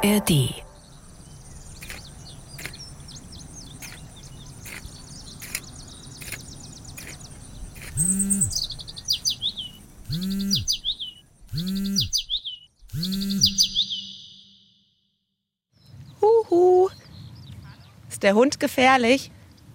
ARD. Huhu. Ist der Hund gefährlich?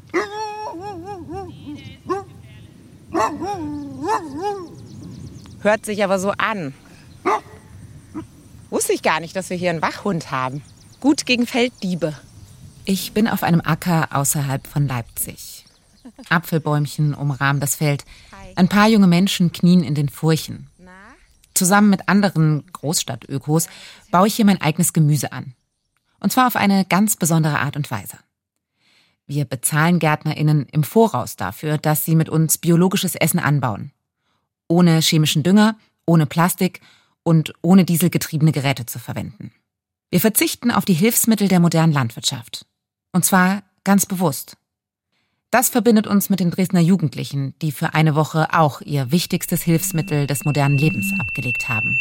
Hört sich aber so an. Wusste ich gar nicht, dass wir hier einen Wachhund haben. Gut gegen Felddiebe. Ich bin auf einem Acker außerhalb von Leipzig. Apfelbäumchen umrahmen das Feld. Ein paar junge Menschen knien in den Furchen. Zusammen mit anderen Großstadtökos baue ich hier mein eigenes Gemüse an. Und zwar auf eine ganz besondere Art und Weise. Wir bezahlen GärtnerInnen im Voraus dafür, dass sie mit uns biologisches Essen anbauen. Ohne chemischen Dünger, ohne Plastik und ohne dieselgetriebene Geräte zu verwenden. Wir verzichten auf die Hilfsmittel der modernen Landwirtschaft. Und zwar ganz bewusst. Das verbindet uns mit den Dresdner Jugendlichen, die für eine Woche auch ihr wichtigstes Hilfsmittel des modernen Lebens abgelegt haben.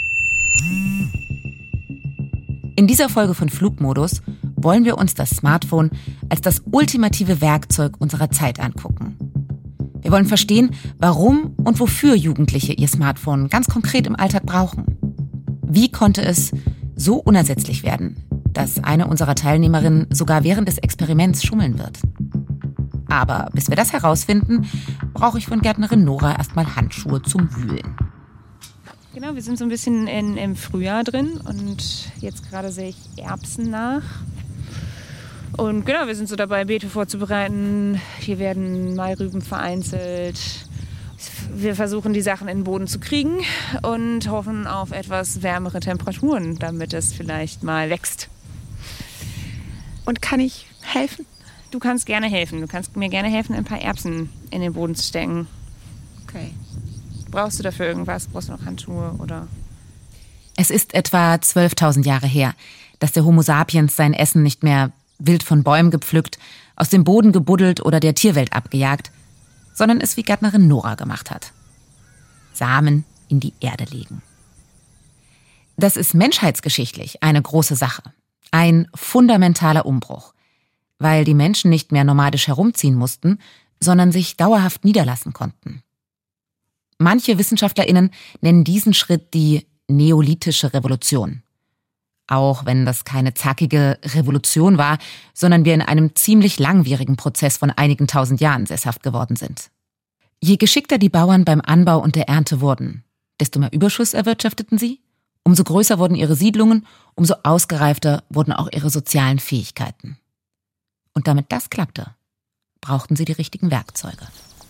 In dieser Folge von Flugmodus wollen wir uns das Smartphone als das ultimative Werkzeug unserer Zeit angucken. Wir wollen verstehen, warum und wofür Jugendliche ihr Smartphone ganz konkret im Alltag brauchen. Wie konnte es so unersetzlich werden, dass eine unserer Teilnehmerinnen sogar während des Experiments schummeln wird? Aber bis wir das herausfinden, brauche ich von Gärtnerin Nora erstmal Handschuhe zum Wühlen. Genau, wir sind so ein bisschen im Frühjahr drin und jetzt gerade sehe ich Erbsen nach. Und genau, wir sind so dabei, Beete vorzubereiten. Hier werden Mairüben vereinzelt. Wir versuchen, die Sachen in den Boden zu kriegen und hoffen auf etwas wärmere Temperaturen, damit es vielleicht mal wächst. Und kann ich helfen? Du kannst gerne helfen. Du kannst mir gerne helfen, ein paar Erbsen in den Boden zu stecken. Okay. Brauchst du dafür irgendwas? Brauchst du noch Handschuhe oder? Es ist etwa 12.000 Jahre her, dass der Homo sapiens sein Essen nicht mehr wild von Bäumen gepflückt, aus dem Boden gebuddelt oder der Tierwelt abgejagt, sondern es wie Gärtnerin Nora gemacht hat. Samen in die Erde legen. Das ist menschheitsgeschichtlich eine große Sache. Ein fundamentaler Umbruch. Weil die Menschen nicht mehr nomadisch herumziehen mussten, sondern sich dauerhaft niederlassen konnten. Manche WissenschaftlerInnen nennen diesen Schritt die neolithische Revolution. Auch wenn das keine zackige Revolution war, sondern wir in einem ziemlich langwierigen Prozess von einigen tausend Jahren sesshaft geworden sind. Je geschickter die Bauern beim Anbau und der Ernte wurden, desto mehr Überschuss erwirtschafteten sie, umso größer wurden ihre Siedlungen, umso ausgereifter wurden auch ihre sozialen Fähigkeiten. Und damit das klappte, brauchten sie die richtigen Werkzeuge.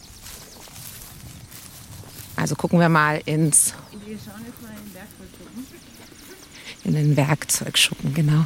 Also gucken wir mal in den Werkzeugschuppen, genau.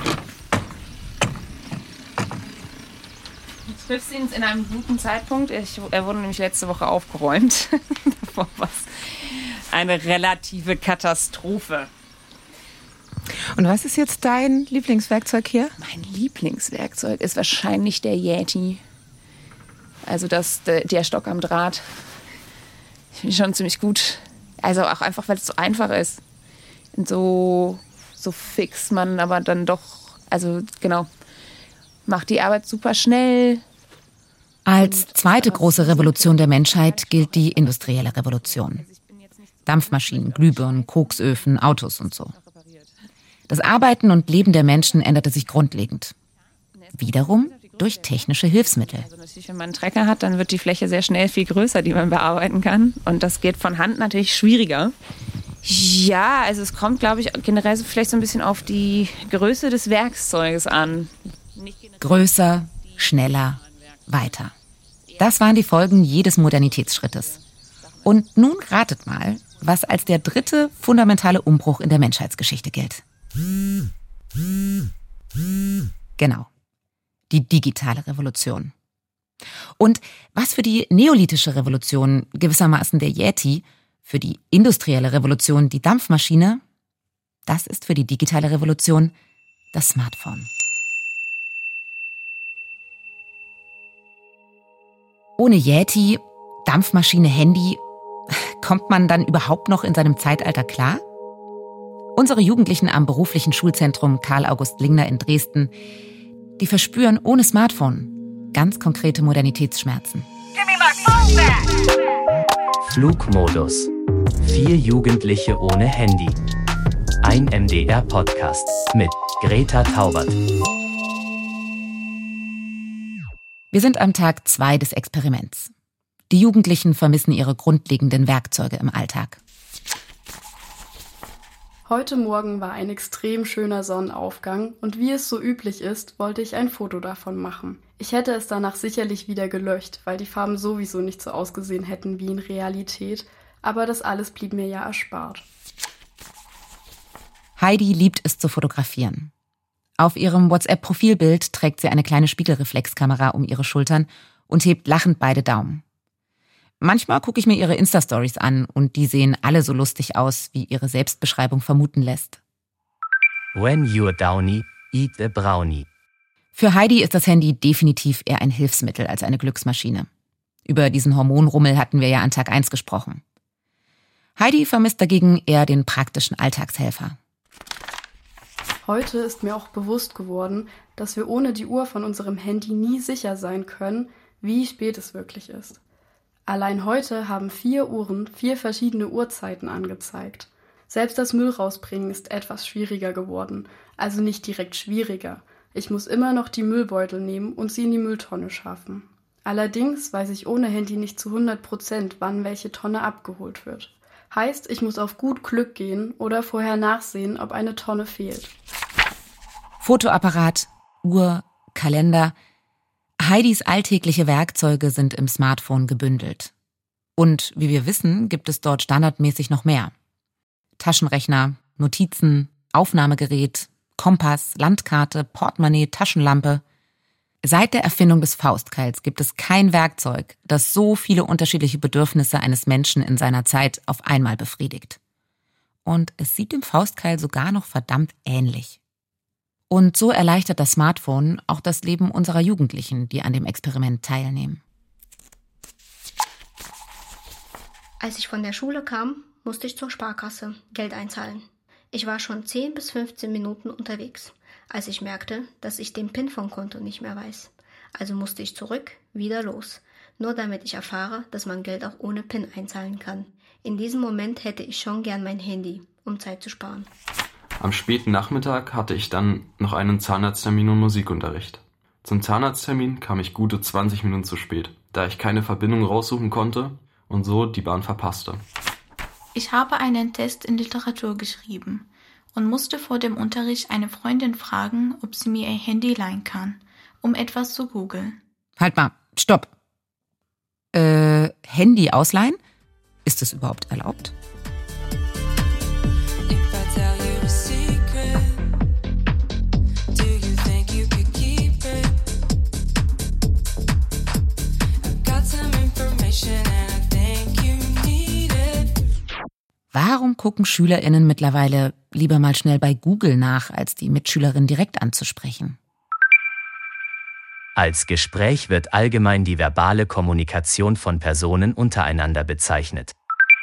Jetzt triffst du ihn in einem guten Zeitpunkt. Er wurde nämlich letzte Woche aufgeräumt. Davor war es eine relative Katastrophe. Und was ist jetzt dein Lieblingswerkzeug hier? Mein Lieblingswerkzeug ist wahrscheinlich der Yeti. Also der Stock am Draht. Ich finde schon ziemlich gut. Also auch einfach, weil es so einfach ist. Und so fix man aber dann doch, also genau, macht die Arbeit super schnell. Als zweite große Revolution der Menschheit gilt die industrielle Revolution. Dampfmaschinen, Glühbirnen, Koksöfen, Autos und so. Das Arbeiten und Leben der Menschen änderte sich grundlegend. Wiederum durch technische Hilfsmittel. Also natürlich, wenn man einen Trecker hat, dann wird die Fläche sehr schnell viel größer, die man bearbeiten kann. Und das geht von Hand natürlich schwieriger. Ja, also es kommt, glaube ich, generell so vielleicht so ein bisschen auf die Größe des Werkzeuges an. Größer, schneller, weiter. Das waren die Folgen jedes Modernitätsschrittes. Und nun ratet mal, was als der dritte fundamentale Umbruch in der Menschheitsgeschichte gilt. Genau. Die digitale Revolution. Und was für die neolithische Revolution gewissermaßen der Yeti, für die industrielle Revolution die Dampfmaschine, das ist für die digitale Revolution das Smartphone. Ohne Yeti, Dampfmaschine, Handy, kommt man dann überhaupt noch in seinem Zeitalter klar? Unsere Jugendlichen am beruflichen Schulzentrum Karl August Lingner in Dresden, die verspüren ohne Smartphone ganz konkrete Modernitätsschmerzen. Flugmodus. 4 Jugendliche ohne Handy. Ein MDR-Podcast mit Greta Taubert. Wir sind am Tag 2 des Experiments. Die Jugendlichen vermissen ihre grundlegenden Werkzeuge im Alltag. Heute Morgen war ein extrem schöner Sonnenaufgang und wie es so üblich ist, wollte ich ein Foto davon machen. Ich hätte es danach sicherlich wieder gelöscht, weil die Farben sowieso nicht so ausgesehen hätten wie in Realität, aber das alles blieb mir ja erspart. Heidi liebt es zu fotografieren. Auf ihrem WhatsApp-Profilbild trägt sie eine kleine Spiegelreflexkamera um ihre Schultern und hebt lachend beide Daumen. Manchmal gucke ich mir ihre Insta-Stories an und die sehen alle so lustig aus, wie ihre Selbstbeschreibung vermuten lässt. When you're downy, eat a brownie. Für Heidi ist das Handy definitiv eher ein Hilfsmittel als eine Glücksmaschine. Über diesen Hormonrummel hatten wir ja an Tag 1 gesprochen. Heidi vermisst dagegen eher den praktischen Alltagshelfer. Heute ist mir auch bewusst geworden, dass wir ohne die Uhr von unserem Handy nie sicher sein können, wie spät es wirklich ist. Allein heute haben 4 Uhren 4 verschiedene Uhrzeiten angezeigt. Selbst das Müll rausbringen ist etwas schwieriger geworden, also nicht direkt schwieriger. Ich muss immer noch die Müllbeutel nehmen und sie in die Mülltonne schaffen. Allerdings weiß ich ohne Handy nicht zu 100%, wann welche Tonne abgeholt wird. Heißt, ich muss auf gut Glück gehen oder vorher nachsehen, ob eine Tonne fehlt. Fotoapparat, Uhr, Kalender. Heidis alltägliche Werkzeuge sind im Smartphone gebündelt. Und wie wir wissen, gibt es dort standardmäßig noch mehr. Taschenrechner, Notizen, Aufnahmegerät, Kompass, Landkarte, Portemonnaie, Taschenlampe. Seit der Erfindung des Faustkeils gibt es kein Werkzeug, das so viele unterschiedliche Bedürfnisse eines Menschen in seiner Zeit auf einmal befriedigt. Und es sieht dem Faustkeil sogar noch verdammt ähnlich. Und so erleichtert das Smartphone auch das Leben unserer Jugendlichen, die an dem Experiment teilnehmen. Als ich von der Schule kam, musste ich zur Sparkasse Geld einzahlen. Ich war schon 10 bis 15 Minuten unterwegs, als ich merkte, dass ich den PIN vom Konto nicht mehr weiß. Also musste ich zurück, wieder los, nur damit ich erfahre, dass man Geld auch ohne PIN einzahlen kann. In diesem Moment hätte ich schon gern mein Handy, um Zeit zu sparen. Am späten Nachmittag hatte ich dann noch einen Zahnarzttermin und Musikunterricht. Zum Zahnarzttermin kam ich gute 20 Minuten zu spät, da ich keine Verbindung raussuchen konnte und so die Bahn verpasste. Ich habe einen Test in Literatur geschrieben und musste vor dem Unterricht eine Freundin fragen, ob sie mir ihr Handy leihen kann, um etwas zu googeln. Halt mal, stopp. Handy ausleihen? Ist das überhaupt erlaubt? Warum gucken SchülerInnen mittlerweile lieber mal schnell bei Google nach, als die Mitschülerin direkt anzusprechen? Als Gespräch wird allgemein die verbale Kommunikation von Personen untereinander bezeichnet.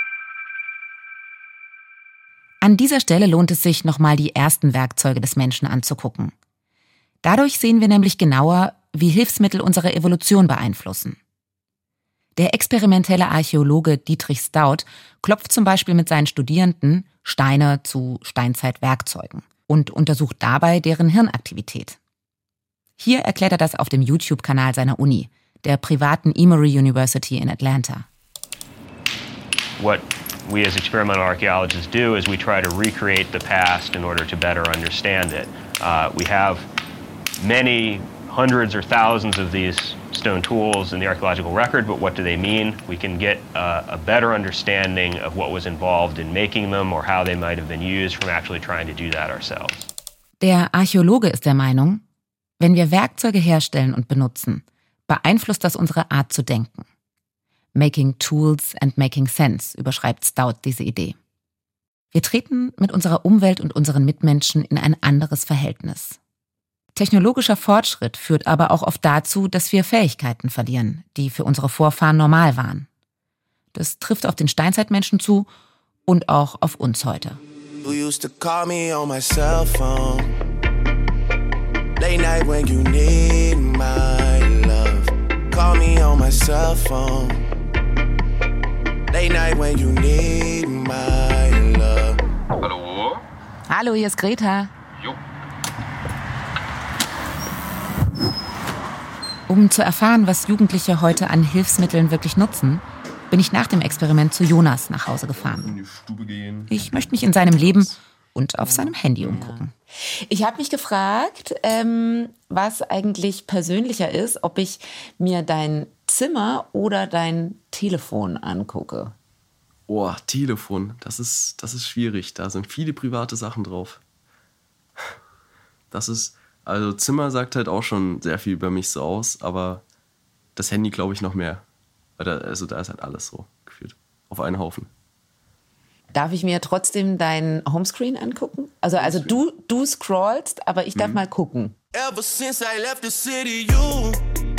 An dieser Stelle lohnt es sich, nochmal die ersten Werkzeuge des Menschen anzugucken. Dadurch sehen wir nämlich genauer, wie Hilfsmittel unsere Evolution beeinflussen. Der experimentelle Archäologe Dietrich Stout klopft zum Beispiel mit seinen Studierenden Steine zu Steinzeitwerkzeugen und untersucht dabei deren Hirnaktivität. Hier erklärt er das auf dem YouTube-Kanal seiner Uni, der privaten Emory University in Atlanta. What we as experimental archaeologists do is we try to recreate the past in order to better understand it. We have many hundreds or thousands of these stone tools in the archaeological record, but what do they mean? We can get a better understanding of what was involved in making them or how they might have been used from actually trying to do that ourselves. Der Archäologe ist der Meinung, wenn wir Werkzeuge herstellen und benutzen, beeinflusst das unsere Art zu denken. Making Tools and Making Sense überschreibt Stout diese Idee. Wir treten mit unserer Umwelt und unseren Mitmenschen in ein anderes Verhältnis. Technologischer Fortschritt führt aber auch oft dazu, dass wir Fähigkeiten verlieren, die für unsere Vorfahren normal waren. Das trifft auf den Steinzeitmenschen zu und auch auf uns heute. You used to call me on my cell phone. Late night when you need my love. Call me on my cell phone. Late night when you need my love. Hallo? Hallo, hier ist Greta. Jo. Um zu erfahren, was Jugendliche heute an Hilfsmitteln wirklich nutzen, bin ich nach dem Experiment zu Jonas nach Hause gefahren. In die Stube gehen. Ich möchte mich in seinem Leben und auf seinem Handy umgucken. Ich habe mich gefragt, was eigentlich persönlicher ist, ob ich mir dein Zimmer oder dein Telefon angucke. Oh, Telefon, das ist schwierig. Da sind viele private Sachen drauf. Also Zimmer sagt halt auch schon sehr viel über mich so aus, aber das Handy glaube ich noch mehr. Also da ist halt alles so gefühlt auf einen Haufen. Darf ich mir trotzdem deinen Homescreen angucken? Also du scrollst, aber ich darf mal gucken. Ever since I left the city, you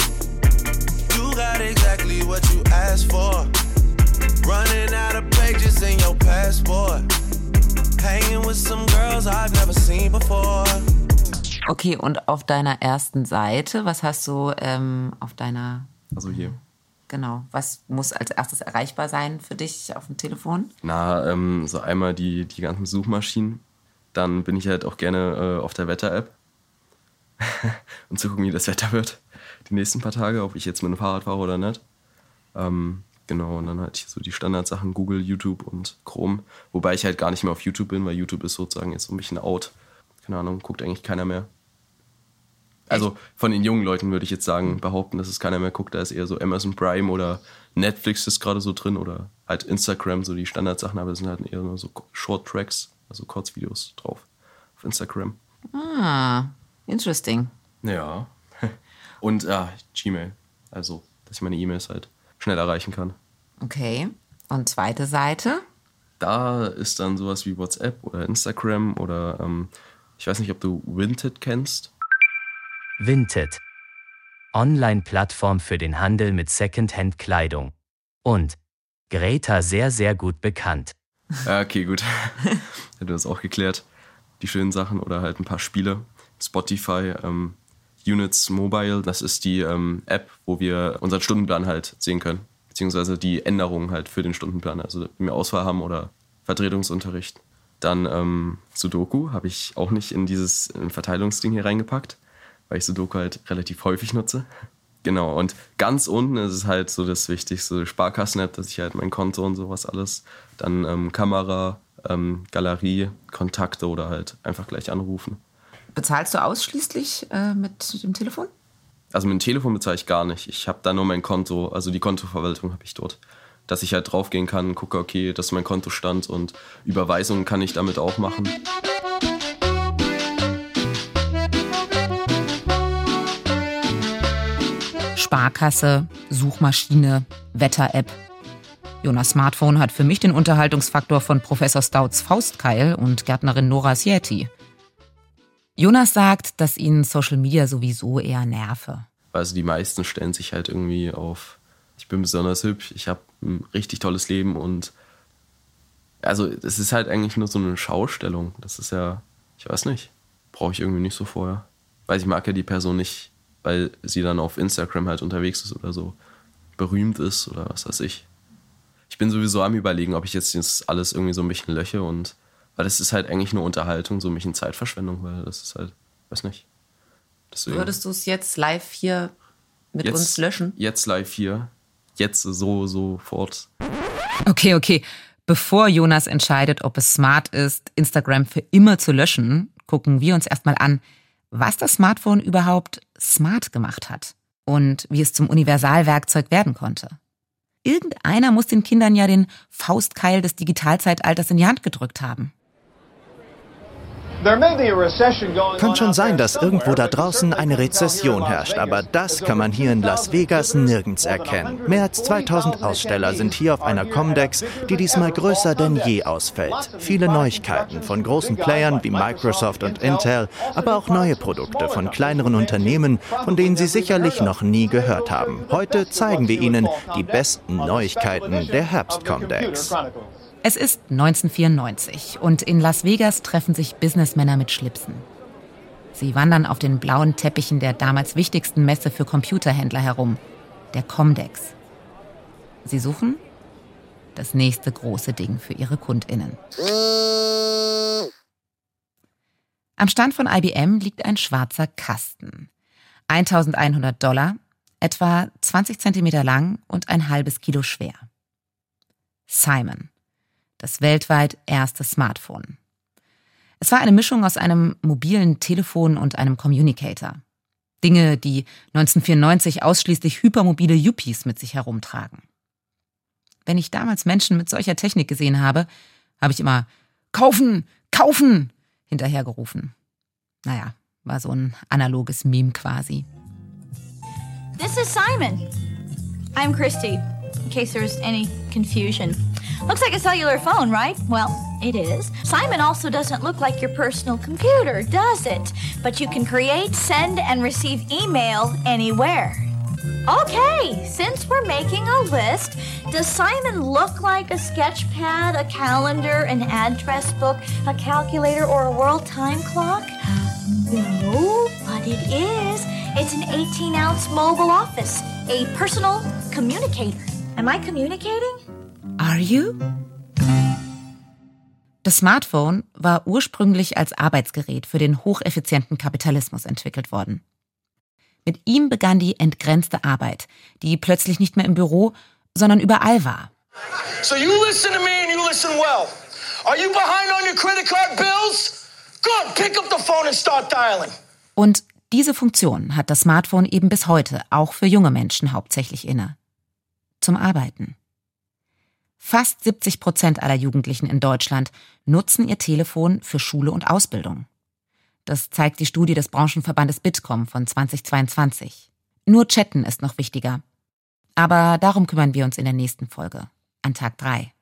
got exactly what you asked for. Running out of pages in your passport. Hanging with some girls I've never seen before. Okay, und auf deiner ersten Seite, was hast du auf deiner... Also hier. Genau. Was muss als erstes erreichbar sein für dich auf dem Telefon? Na, so einmal die ganzen Suchmaschinen. Dann bin ich halt auch gerne auf der Wetter-App. Um zu gucken, wie das Wetter wird. Die nächsten paar Tage, ob ich jetzt mit dem Fahrrad fahre oder nicht. Genau, und dann halt so die Standardsachen, Google, YouTube und Chrome. Wobei ich halt gar nicht mehr auf YouTube bin, weil YouTube ist sozusagen jetzt so ein bisschen out. Keine Ahnung, guckt eigentlich keiner mehr. Also von den jungen Leuten würde ich jetzt behaupten, dass es keiner mehr guckt. Da ist eher so Amazon Prime oder Netflix ist gerade so drin oder halt Instagram, so die Standardsachen, aber es sind halt eher nur so Short Tracks, also Kurzvideos drauf auf Instagram. Ah, interesting. Ja. Und Gmail, also dass ich meine E-Mails halt schnell erreichen kann. Okay. Und zweite Seite? Da ist dann sowas wie WhatsApp oder Instagram oder ich weiß nicht, ob du Vinted kennst. Vinted. Online-Plattform für den Handel mit Second-Hand-Kleidung. Und Greta sehr, sehr gut bekannt. Ja, okay, gut. Hätte das auch geklärt. Die schönen Sachen oder halt ein paar Spiele. Spotify, Units Mobile, das ist die App, wo wir unseren Stundenplan halt sehen können. Beziehungsweise die Änderungen halt für den Stundenplan. Also wenn wir Auswahl haben oder Vertretungsunterricht. Dann Sudoku habe ich auch nicht in dieses Verteilungsding hier reingepackt, weil ich Sudoku halt relativ häufig nutze. Genau, und ganz unten ist es halt so das Wichtigste, Sparkassen-App, dass ich halt mein Konto und sowas alles, dann Kamera, Galerie, Kontakte oder halt einfach gleich anrufen. Bezahlst du ausschließlich mit dem Telefon? Also mit dem Telefon bezahle ich gar nicht. Ich habe da nur mein Konto, also die Kontoverwaltung habe ich dort. Dass ich halt draufgehen kann, gucke, okay, das ist mein Kontostand und Überweisungen kann ich damit auch machen. Sparkasse, Suchmaschine, Wetter-App. Jonas Smartphone hat für mich den Unterhaltungsfaktor von Professor Stouts Faustkeil und Gärtnerin Nora Sietti. Jonas sagt, dass ihn Social Media sowieso eher nerve. Also die meisten stellen sich halt irgendwie auf, ich bin besonders hübsch, ich habe ein richtig tolles Leben und also es ist halt eigentlich nur so eine Schaustellung. Das ist ja, ich weiß nicht, brauche ich irgendwie nicht so vorher. Weil ich mag ja die Person nicht, weil sie dann auf Instagram halt unterwegs ist oder so berühmt ist oder was weiß ich. Ich bin sowieso am Überlegen, ob ich jetzt das alles irgendwie so ein bisschen lösche und weil das ist halt eigentlich nur Unterhaltung, so ein bisschen Zeitverschwendung, weil das ist halt, weiß nicht. Deswegen. Würdest du es jetzt live hier mit uns löschen? Jetzt live hier. Jetzt sofort. Okay. Bevor Jonas entscheidet, ob es smart ist, Instagram für immer zu löschen, gucken wir uns erstmal an, was das Smartphone überhaupt smart gemacht hat und wie es zum Universalwerkzeug werden konnte. Irgendeiner muss den Kindern ja den Faustkeil des Digitalzeitalters in die Hand gedrückt haben. Kann schon sein, dass irgendwo da draußen eine Rezession herrscht, aber das kann man hier in Las Vegas nirgends erkennen. Mehr als 2000 Aussteller sind hier auf einer Comdex, die diesmal größer denn je ausfällt. Viele Neuigkeiten von großen Playern wie Microsoft und Intel, aber auch neue Produkte von kleineren Unternehmen, von denen Sie sicherlich noch nie gehört haben. Heute zeigen wir Ihnen die besten Neuigkeiten der Herbst-Comdex. Es ist 1994 und in Las Vegas treffen sich Businessmänner mit Schlipsen. Sie wandern auf den blauen Teppichen der damals wichtigsten Messe für Computerhändler herum, der Comdex. Sie suchen das nächste große Ding für ihre KundInnen. Am Stand von IBM liegt ein schwarzer Kasten. $1.100, etwa 20 Zentimeter lang und ein halbes Kilo schwer. Simon, das weltweit erste Smartphone. Es war eine Mischung aus einem mobilen Telefon und einem Communicator. Dinge, die 1994 ausschließlich hypermobile Yuppies mit sich herumtragen. Wenn ich damals Menschen mit solcher Technik gesehen habe, habe ich immer »Kaufen! Kaufen!« hinterhergerufen. Naja, war so ein analoges Meme quasi. This is Simon. I'm Christy, in case there's any confusion. Looks like a cellular phone, right? Well, it is. Simon also doesn't look like your personal computer, does it? But you can create, send, and receive email anywhere. Okay, since we're making a list, does Simon look like a sketch pad, a calendar, an address book, a calculator, or a world time clock? No, but it is. It's an 18-ounce mobile office, a personal communicator. Am I communicating? Are you? Das Smartphone war ursprünglich als Arbeitsgerät für den hocheffizienten Kapitalismus entwickelt worden. Mit ihm begann die entgrenzte Arbeit, die plötzlich nicht mehr im Büro, sondern überall war. So you listen to me and you listen well. Are you behind on your credit card bills? Good, pick up the phone and start dialing. Und diese Funktion hat das Smartphone eben bis heute auch für junge Menschen hauptsächlich inne. Zum Arbeiten. Fast 70% aller Jugendlichen in Deutschland nutzen ihr Telefon für Schule und Ausbildung. Das zeigt die Studie des Branchenverbandes Bitkom von 2022. Nur Chatten ist noch wichtiger. Aber darum kümmern wir uns in der nächsten Folge, an Tag 3.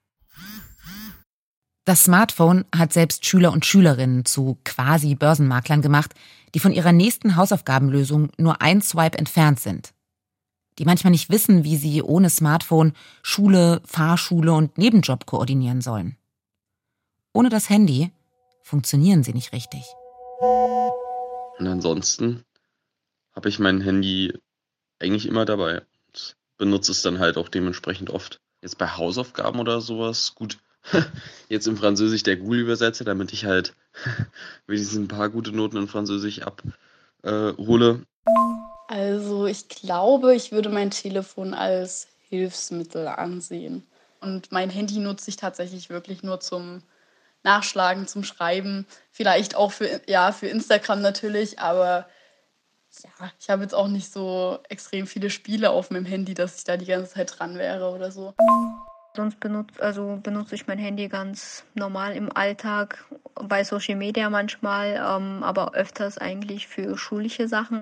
Das Smartphone hat selbst Schüler und Schülerinnen zu quasi Börsenmaklern gemacht, die von ihrer nächsten Hausaufgabenlösung nur ein Swipe entfernt sind. Die manchmal nicht wissen, wie sie ohne Smartphone Schule, Fahrschule und Nebenjob koordinieren sollen. Ohne das Handy funktionieren sie nicht richtig. Und ansonsten habe ich mein Handy eigentlich immer dabei und benutze es dann halt auch dementsprechend oft. Jetzt bei Hausaufgaben oder sowas, gut, jetzt im Französisch der Google-Übersetzer, damit ich halt wenigstens ein paar gute Noten in Französisch abhole. Also ich glaube, ich würde mein Telefon als Hilfsmittel ansehen. Und mein Handy nutze ich tatsächlich wirklich nur zum Nachschlagen, zum Schreiben. Vielleicht auch für Instagram natürlich, aber ja, ich habe jetzt auch nicht so extrem viele Spiele auf meinem Handy, dass ich da die ganze Zeit dran wäre oder so. Sonst benutze ich mein Handy ganz normal im Alltag, bei Social Media manchmal, aber öfters eigentlich für schulische Sachen.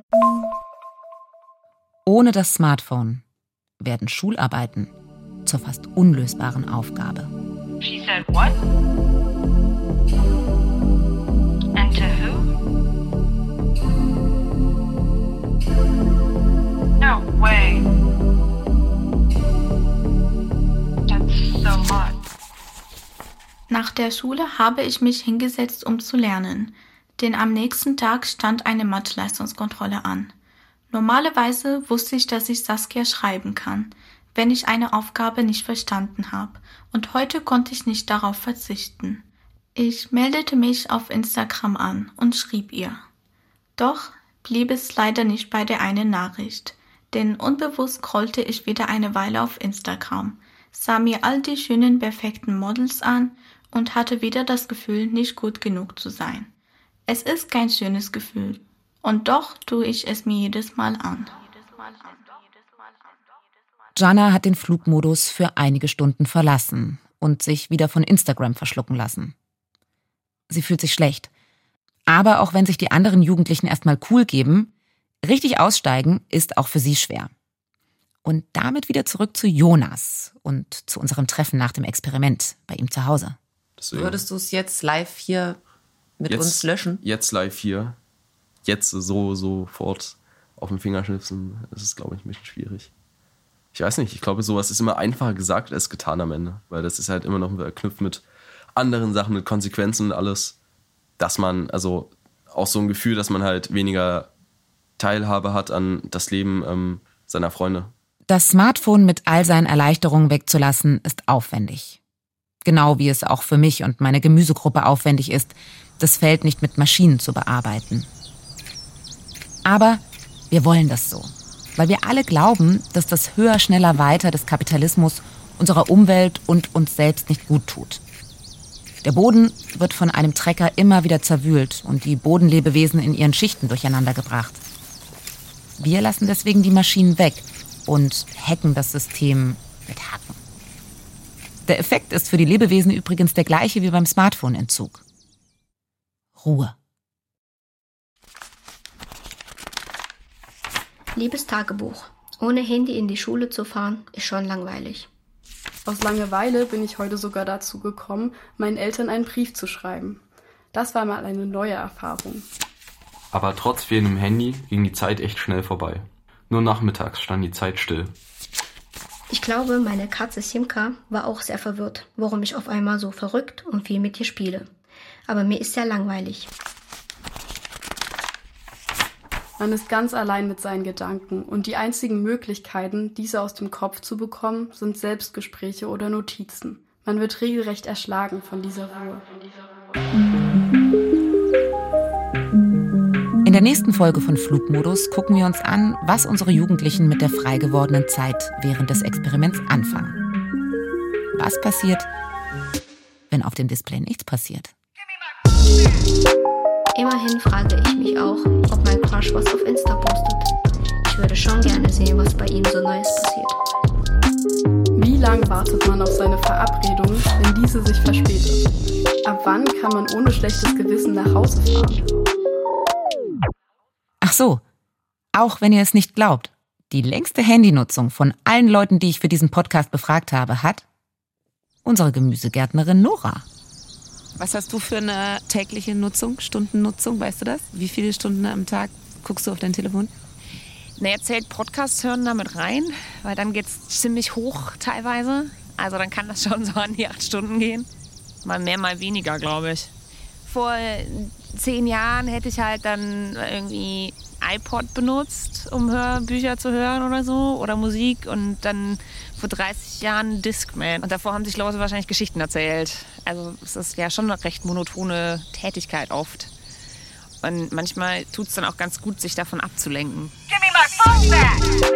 Ohne das Smartphone werden Schularbeiten zur fast unlösbaren Aufgabe. She said what? And to who? No way. That's so much. Nach der Schule habe ich mich hingesetzt, um zu lernen, denn am nächsten Tag stand eine Mathe-Leistungskontrolle an. Normalerweise wusste ich, dass ich Saskia schreiben kann, wenn ich eine Aufgabe nicht verstanden habe, und heute konnte ich nicht darauf verzichten. Ich meldete mich auf Instagram an und schrieb ihr. Doch blieb es leider nicht bei der einen Nachricht, denn unbewusst scrollte ich wieder eine Weile auf Instagram, sah mir all die schönen, perfekten Models an und hatte wieder das Gefühl, nicht gut genug zu sein. Es ist kein schönes Gefühl. Und doch tue ich es mir jedes Mal an. Jana hat den Flugmodus für einige Stunden verlassen und sich wieder von Instagram verschlucken lassen. Sie fühlt sich schlecht. Aber auch wenn sich die anderen Jugendlichen erstmal cool geben, richtig aussteigen ist auch für sie schwer. Und damit wieder zurück zu Jonas und zu unserem Treffen nach dem Experiment bei ihm zu Hause. Deswegen. Würdest du es jetzt live hier mit uns löschen? Jetzt live hier. Jetzt sofort auf den Finger schnipsen, ist es, glaube ich, ein bisschen schwierig. ich weiß nicht, ich glaube, sowas ist immer einfacher gesagt als getan am Ende. Weil das ist halt immer noch verknüpft mit anderen Sachen, mit Konsequenzen und alles. Dass man, also auch so ein Gefühl, dass man halt weniger Teilhabe hat an das Leben seiner Freunde. Das Smartphone mit all seinen Erleichterungen wegzulassen, ist aufwendig. Genau wie es auch für mich und meine Gemüsegruppe aufwendig ist, das Feld nicht mit Maschinen zu bearbeiten. Aber wir wollen das so, weil wir alle glauben, dass das Höher, Schneller, Weiter des Kapitalismus unserer Umwelt und uns selbst nicht gut tut. Der Boden wird von einem Trecker immer wieder zerwühlt und die Bodenlebewesen in ihren Schichten durcheinandergebracht. Wir lassen deswegen die Maschinen weg und hacken das System mit Hacken. Der Effekt ist für die Lebewesen übrigens der gleiche wie beim Smartphone-Entzug. Ruhe. Liebes Tagebuch, ohne Handy in die Schule zu fahren, ist schon langweilig. Aus Langeweile bin ich heute sogar dazu gekommen, meinen Eltern einen Brief zu schreiben. Das war mal eine neue Erfahrung. Aber trotz fehlendem Handy ging die Zeit echt schnell vorbei. Nur nachmittags stand die Zeit still. Ich glaube, meine Katze Simka war auch sehr verwirrt, warum ich auf einmal so verrückt und viel mit ihr spiele. Aber mir ist sehr langweilig. Man ist ganz allein mit seinen Gedanken und die einzigen Möglichkeiten, diese aus dem Kopf zu bekommen, sind Selbstgespräche oder Notizen. Man wird regelrecht erschlagen von dieser Ruhe. In der nächsten Folge von Flugmodus gucken wir uns an, was unsere Jugendlichen mit der frei gewordenen Zeit während des Experiments anfangen. Was passiert, wenn auf dem Display nichts passiert? Immerhin frage ich mich auch, ob mein Crush was auf Insta postet. Ich würde schon gerne sehen, was bei ihm so Neues passiert. Wie lange wartet man auf seine Verabredung, wenn diese sich verspätet? Ab wann kann man ohne schlechtes Gewissen nach Hause fahren? Ach so, auch wenn ihr es nicht glaubt, die längste Handynutzung von allen Leuten, die ich für diesen Podcast befragt habe, hat unsere Gemüsegärtnerin Nora. Was hast du für eine tägliche Nutzung, Stundennutzung, weißt du das? Wie viele Stunden am Tag guckst du auf dein Telefon? Naja, zählt Podcast hören damit rein, weil dann geht's ziemlich hoch teilweise. Also dann kann das schon so an die 8 Stunden gehen. Mal mehr, mal weniger, glaube ich. Vor 10 Jahren hätte ich halt dann irgendwie iPod benutzt, um Hörbücher zu hören oder so, oder Musik, und dann vor 30 Jahren Discman. Und davor haben sich Leute wahrscheinlich Geschichten erzählt. Also es ist ja schon eine recht monotone Tätigkeit oft. Und manchmal tut es dann auch ganz gut, sich davon abzulenken. Give me my phone back!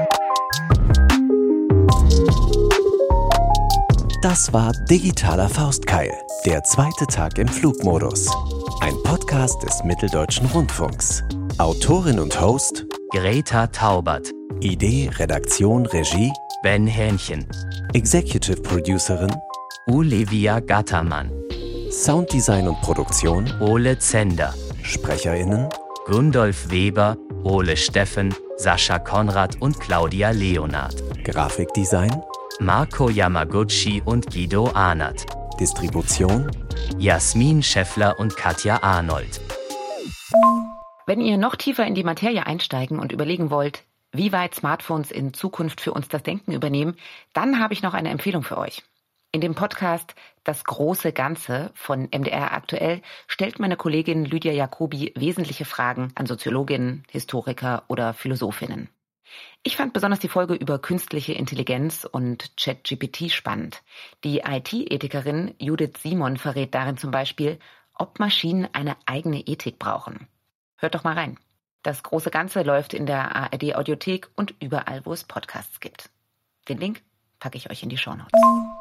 Das war Digitaler Faustkeil, der 2. Tag im Flugmodus. Ein Podcast des Mitteldeutschen Rundfunks. Autorin und Host Greta Taubert. Idee, Redaktion, Regie Ben Hähnchen. Executive Producerin Olivia Gattermann. Sounddesign und Produktion Ole Zender. SprecherInnen Gundolf Weber, Ole Steffen, Sascha Konrad und Claudia Leonard. Grafikdesign Marco Yamaguchi und Guido Ahnert. Distribution Jasmin Scheffler und Katja Arnold. Wenn ihr noch tiefer in die Materie einsteigen und überlegen wollt, wie weit Smartphones in Zukunft für uns das Denken übernehmen, dann habe ich noch eine Empfehlung für euch. In dem Podcast Das große Ganze von MDR aktuell stellt meine Kollegin Lydia Jacobi wesentliche Fragen an Soziologinnen, Historiker oder Philosophinnen. Ich fand besonders die Folge über künstliche Intelligenz und ChatGPT spannend. Die IT-Ethikerin Judith Simon verrät darin zum Beispiel, ob Maschinen eine eigene Ethik brauchen. Hört doch mal rein. Das große Ganze läuft in der ARD-Audiothek und überall, wo es Podcasts gibt. Den Link packe ich euch in die Shownotes.